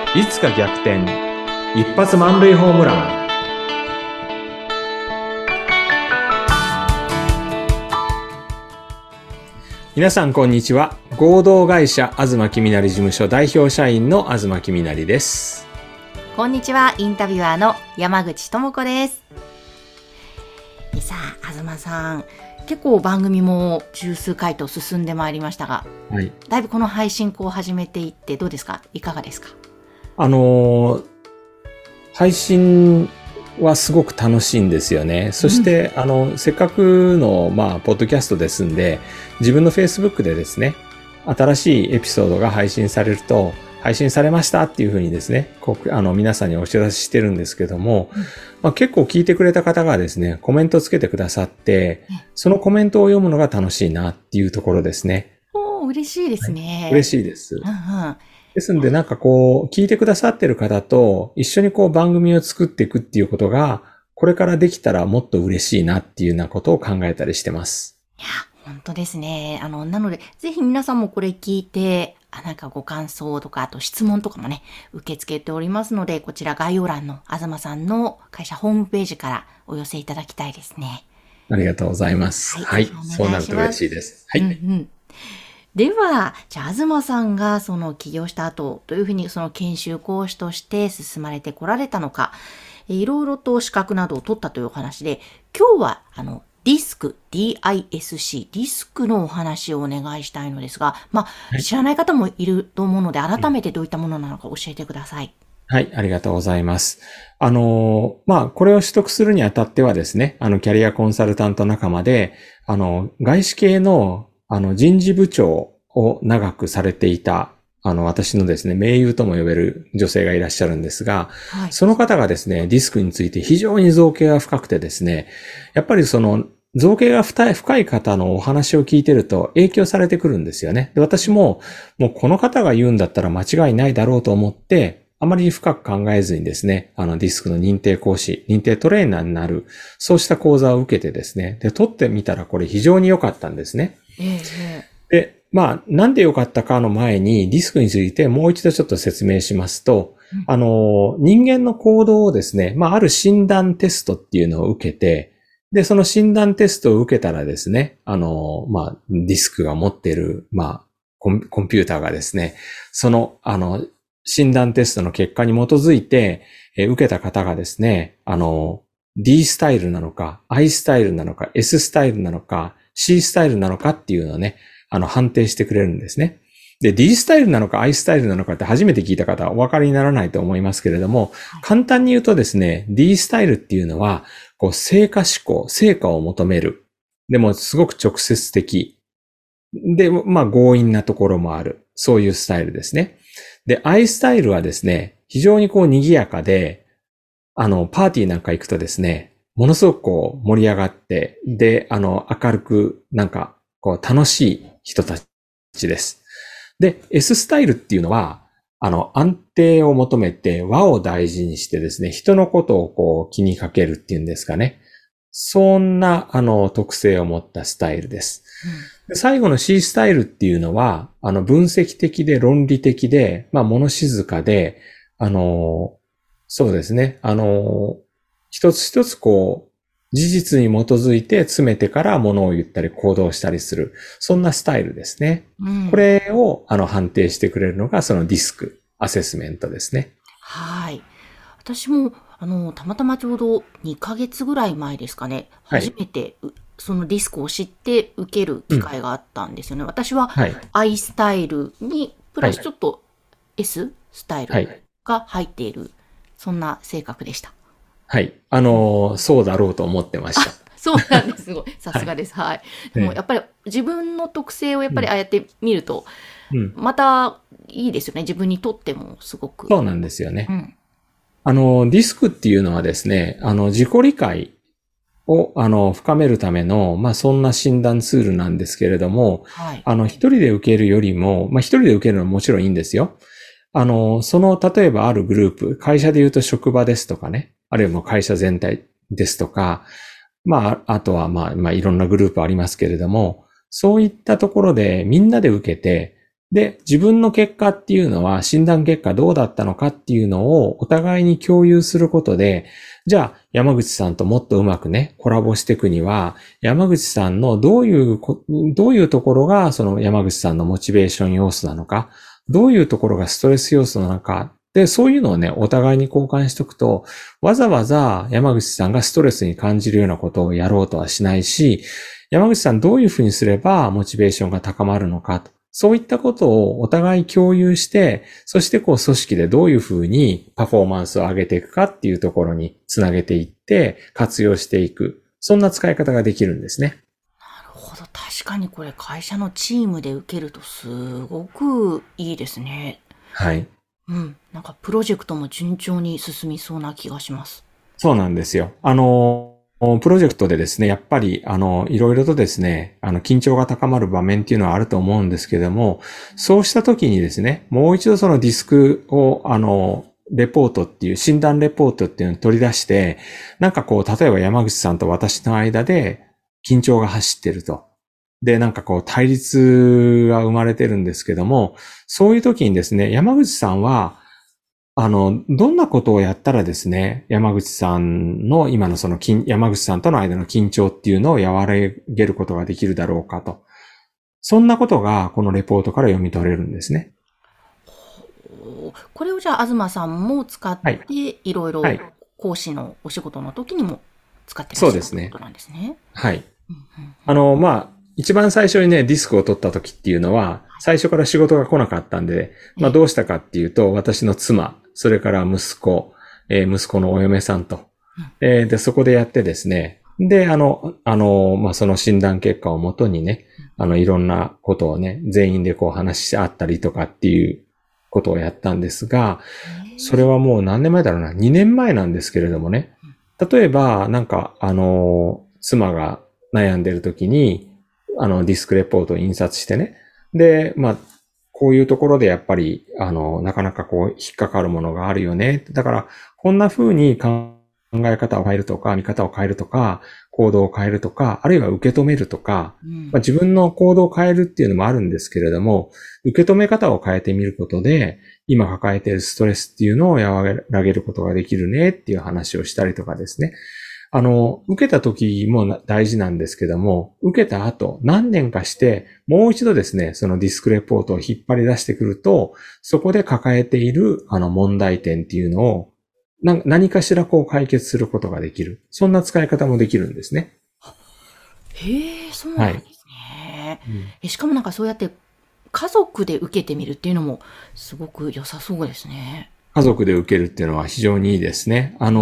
いつか逆転、一発満塁ホームラン。皆さんこんにちは。合同会社東きみなり事務所代表社員の東きみなりです。 こんにちは。インタビュアーの山口智子です。さあ、東さん、結構番組も十数回と進んでまいりましたが、 はい、 だいぶこの配信を始めていってどうですか？いかがですか？ 配信はすごく楽しいんですよね。そして、せっかくの、ポッドキャストですんで、自分の Facebook でですね、新しいエピソードが配信されると、配信されましたっていうふうにですね、皆さんにお知らせしてるんですけども、結構聞いてくれた方がですね、コメントつけてくださって、そのコメントを読むのが楽しいなっていうところですね。 嬉しいですね。 嬉しいです。ですんで聞いてくださってる方と一緒に番組を作っていくっていうことが、これからできたらもっと嬉しいなっていうようなことを考えたりしてます。 いや、本当ですね。なので、ぜひ皆さんもこれ聞いて、ご感想とか、あと質問とかもね、受け付けておりますので、こちら概要欄の東さんの会社ホームページからお寄せいただきたいですね。 ありがとうございます。はい。そうなると嬉しいです。はい。 では、じゃあ、東さんが起業した後、どういうふうに研修講師として進まれてこられたのか、いろいろと資格などを取ったというお話で、今日は、DISC、ディスクのお話をお願いしたいのですが、知らない方もいると思うので、改めてどういったものなのか教えてください。 はい、ありがとうございます。これを取得するにあたってはですね、キャリアコンサルタント仲間で、外資系の人事部長を長くされていた、私のですね、盟友とも呼べる女性がいらっしゃるんですが、はい、その方がですね、ディスクについて非常に造形が深くてですね、やっぱり造形が深い方のお話を聞いてると影響されてくるんですよね。で、私もうこの方が言うんだったら間違いないだろうと思って、あまり深く考えずにですね、ディスクの認定講師、認定トレーナーになる、そうした講座を受けてですね、で、取ってみたらこれ非常に良かったんですね。で、なんで良かったかの前にディスクについてもう一度ちょっと説明しますと、人間の行動をですね、ある診断テストっていうのを受けて、で、その診断テストを受けたらですね、ディスクが持っている、コンピューターがですね、診断テストの結果に基づいて、受けた方がですね、D スタイルなのか、I スタイルなのか、S スタイルなのか、C スタイルなのかっていうのをね、判定してくれるんですね。で、D スタイルなのか I スタイルなのかって初めて聞いた方はお分かりにならないと思いますけれども、簡単に言うとですね、D スタイルっていうのは、成果志向、成果を求める。でも、すごく直接的。で、強引なところもある。そういうスタイルですね。で、I スタイルはですね、非常に賑やかで、パーティーなんか行くとですね、ものすごく盛り上がって、で、明るく、楽しい人たちです。で、S スタイルっていうのは、安定を求めて和を大事にしてですね、人のことを気にかけるっていうんですかね。そんな、特性を持ったスタイルです。で最後の C スタイルっていうのは、分析的で論理的で、物静かで、そうですね、一つ一つ事実に基づいて詰めてから物を言ったり行動したりする。そんなスタイルですね。これを判定してくれるのがそのディスクアセスメントですね。 はい。私もたまたまちょうど2ヶ月ぐらい前ですかね。初めてそのディスクを知って受ける機会があったんですよね。私は I スタイルにプラスちょっと S スタイルが入っている、そんな性格でした。 はい。そうだろうと思ってました。 そうなんです。すごい。さすがです。はい。でもやっぱり自分の特性をやっぱりああやって見ると、またいいですよね。自分にとってもすごく。 そうなんですよね。ディスクっていうのはですね、自己理解を、深めるための、そんな診断ツールなんですけれども、一人で受けるよりも、一人で受けるのはもちろんいいんですよ。例えばあるグループ、会社で言うと職場ですとかね、あるいはもう会社全体ですとか、あとは、いろんなグループありますけれども、そういったところでみんなで受けて、 で、自分の結果っていうのは、診断結果どうだったのかっていうのをお互いに共有することで、じゃあ山口さんともっとうまくね、コラボしていくには、山口さんのどういうところがその山口さんのモチベーション要素なのか、どういうところがストレス要素なのか、で、そういうのをね、お互いに交換しておくと、わざわざ山口さんがストレスに感じるようなことをやろうとはしないし、山口さんどういうふうにすればモチベーションが高まるのかと。そういったことをお互い共有して、そして組織でどういうふうにパフォーマンスを上げていくかっていうところにつなげていって、活用していく。そんな使い方ができるんですね。 なるほど。確かにこれ会社のチームで受けるとすごくいいですね。 はい。 なんかプロジェクトも順調に進みそうな気がします。 そうなんですよ。プロジェクトでですね、やっぱり、いろいろとですね、緊張が高まる場面っていうのはあると思うんですけれども、そうした時にですね、もう一度そのディスクを、レポートっていう、診断レポートっていうのを取り出して、なんかこう、例えば山口さんと私の間で緊張が走ってると。で、なんかこう、対立が生まれてるんですけども、そういう時にですね、山口さんは、どんなことをやったらですね、山口さんの今の山口さんとの間の緊張っていうのを和らげることができるだろうかと。そんなことがこのレポートから読み取れるんですね。 これをじゃあ、東さんも使っはい。 て、いろいろはい。 講師のお仕事の時にも使ってらっそうですね。 しゃるということなんですね。 はい。 うんうんうん。 一番最初にね、ディスクを取った時っていうのは、最初から仕事が来なかったんで、 え、 どうしたかっていうと、私の妻、それから息子、息子のお嫁さんと、 うん。 で、そこでやってですね、で、その診断結果をもとにね、いろんなことをね、全員でこう話し合ったりとかっていうことをやったんですが、それええ。 はもう何年前だろうな、2年前なんですけれどもね、 うん。 例えば、なんか、妻が悩んでる時に、ディスクレポートを印刷してね。で、こういうところでやっぱり、なかなかこう、引っかかるものがあるよね。だから、こんな風に考え方を変えるとか、見方を変えるとか、行動を変えるとか、あるいは受け止めるとか、 うん。 自分の行動を変えるっていうのもあるんですけれども、受け止め方を変えてみることで、今抱えているストレスっていうのを和らげることができるねっていう話をしたりとかですね。受けた時も大事なんですけども、受けた後、何年かして、もう一度ですね、そのディスクレポートを引っ張り出してくると、そこで抱えている、問題点っていうのを、何かしらこう解決することができる。そんな使い方もできるんですね。 へえ、そうはい。 なんですね。 うん、 しかもなんかそうやって家族で受けてみるっていうのもすごく良さそうですね。 家族で受けるっていうのは非常にいいですね。 うん。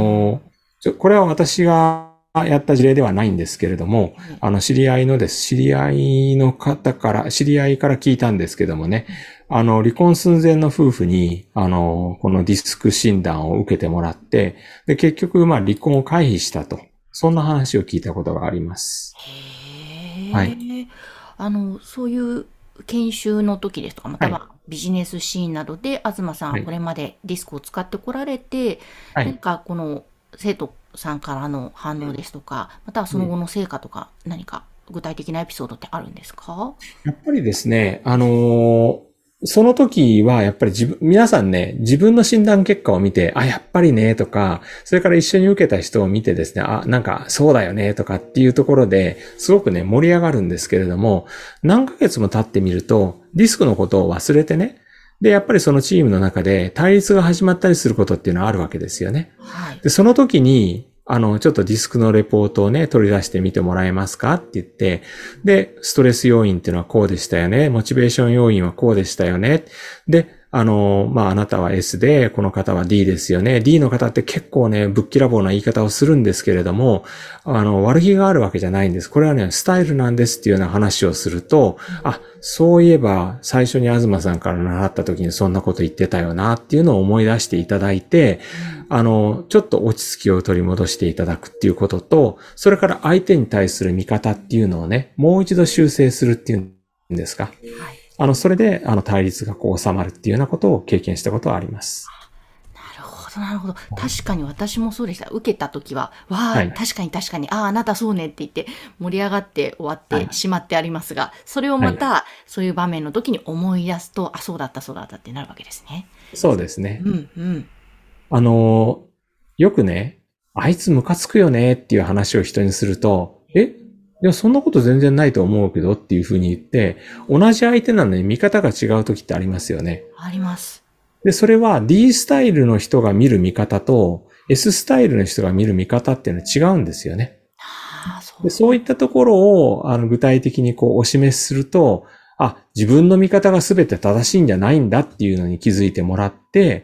これは私がやった事例ではないんですけれども、 ええ。 知り合いの方から、知り合いから聞いたんですけどもね、 うん。 離婚寸前の夫婦に、このディスク診断を受けてもらって、で、結局、離婚を回避したと。そんな話を聞いたことがあります。はい。 へえ。そういう研修の時ですとか、まはい。 たはビジネスシーンなどで、東さんははい。 これまでディスクを使ってこられて、 はい。 何かこの生徒さんからの反応ですとか、またはそうん。 の後の成果とか、何か具体的なエピソードってあるんですか？ やっぱりですね、その時はやっぱり皆さんね、自分の診断結果を見て、あ、やっぱりね、とか、それから一緒に受けた人を見てですね、あ、なんかそうだよね、とかっていうところで、すごくね、盛り上がるんですけれども、何ヶ月も経ってみると、ディスクのことを忘れてね、で、やっぱりそのチームの中で対立が始まったりすることっていうのはあるわけですよね。 はい。 で、その時に、ちょっとディスクのレポートをね、取り出してみてもらえますかって言って、で、ストレス要因っていうのはこうでしたよね。モチベーション要因はこうでしたよね。で、あなたは S で、この方は D ですよね。D の方って結構ね、ぶっきらぼうな言い方をするんですけれども、悪気があるわけじゃないんです。これはね、スタイルなんですっていうような話をすると、 うん。 あ、そういえば、最初に東さんから習った時にそんなこと言ってたよなっていうのを思い出していただいて、 うん。 ちょっと落ち着きを取り戻していただくっていうことと、それから相手に対する見方っていうのをね、もう一度修正するっていうんですか。 はい。 それで、対立がこう収まるっていうようなことを経験したことはあります。 なるほなるほど。確かに私もそうでした。受けた時は、わあ、確かに、あなたそうねって言って盛り上がって終わってしまってありますが、それをまた、そういう場面の時に思い出すと、あ、そうだったってなるわけですね。 そうですね。 うんうん。 よくね、あいつムカつくよねっていう話を人にすると、いや、そんなこと全然ないと思うけどっていうふうに言って、同じ相手なのに見方が違う時ってありますよね。 あります。 で、それは D スタイルの人が見る見方と S スタイルの人が見る見方っていうのは違うんですよね。そういったところを具体的にお示しすると、自分の見方が全て正しいんじゃないんだっていうのに気づいてもらって、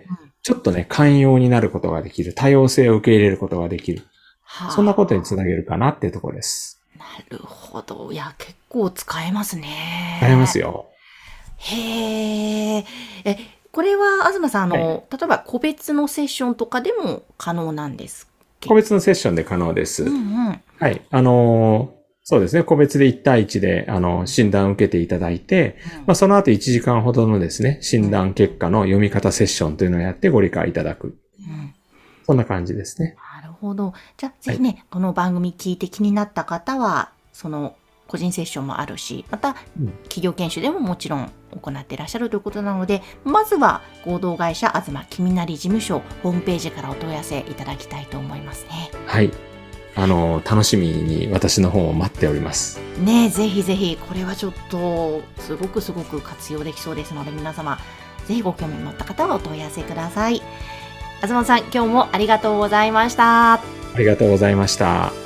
ちょっとね、寛容になることができる。多様性を受け入れることができる。そんなことにつなげるかなっていうところです。 なるほど。いや、結構使えますね。 使えますよ。 へえ。これは、東さん、例えば個別のセッションとかでも可能なんですか？ 個別のセッションで可能です。はい。そうですね。個別で1対1で、診断を受けていただいて、その後1時間ほどのですね、診断結果の読み方セッションというのをやってご理解いただく。そんな感じですね。 なるほど。じゃあ、ぜひね、この番組聞いて気になった方は、その、個人セッションもあるし、また、企業研修でももちろん行っていらっしゃるということなので、まずは合同会社東きみなり事務所ホームページからお問い合わせいただきたいと思いますね。 はい。楽しみに私の本を待っております。 ねえ、ぜひぜひ、これはちょっと、すごく活用できそうですので、皆様、ぜひご興味持った方はお問い合わせください。東さん、今日もありがとうございました。 ありがとうございました。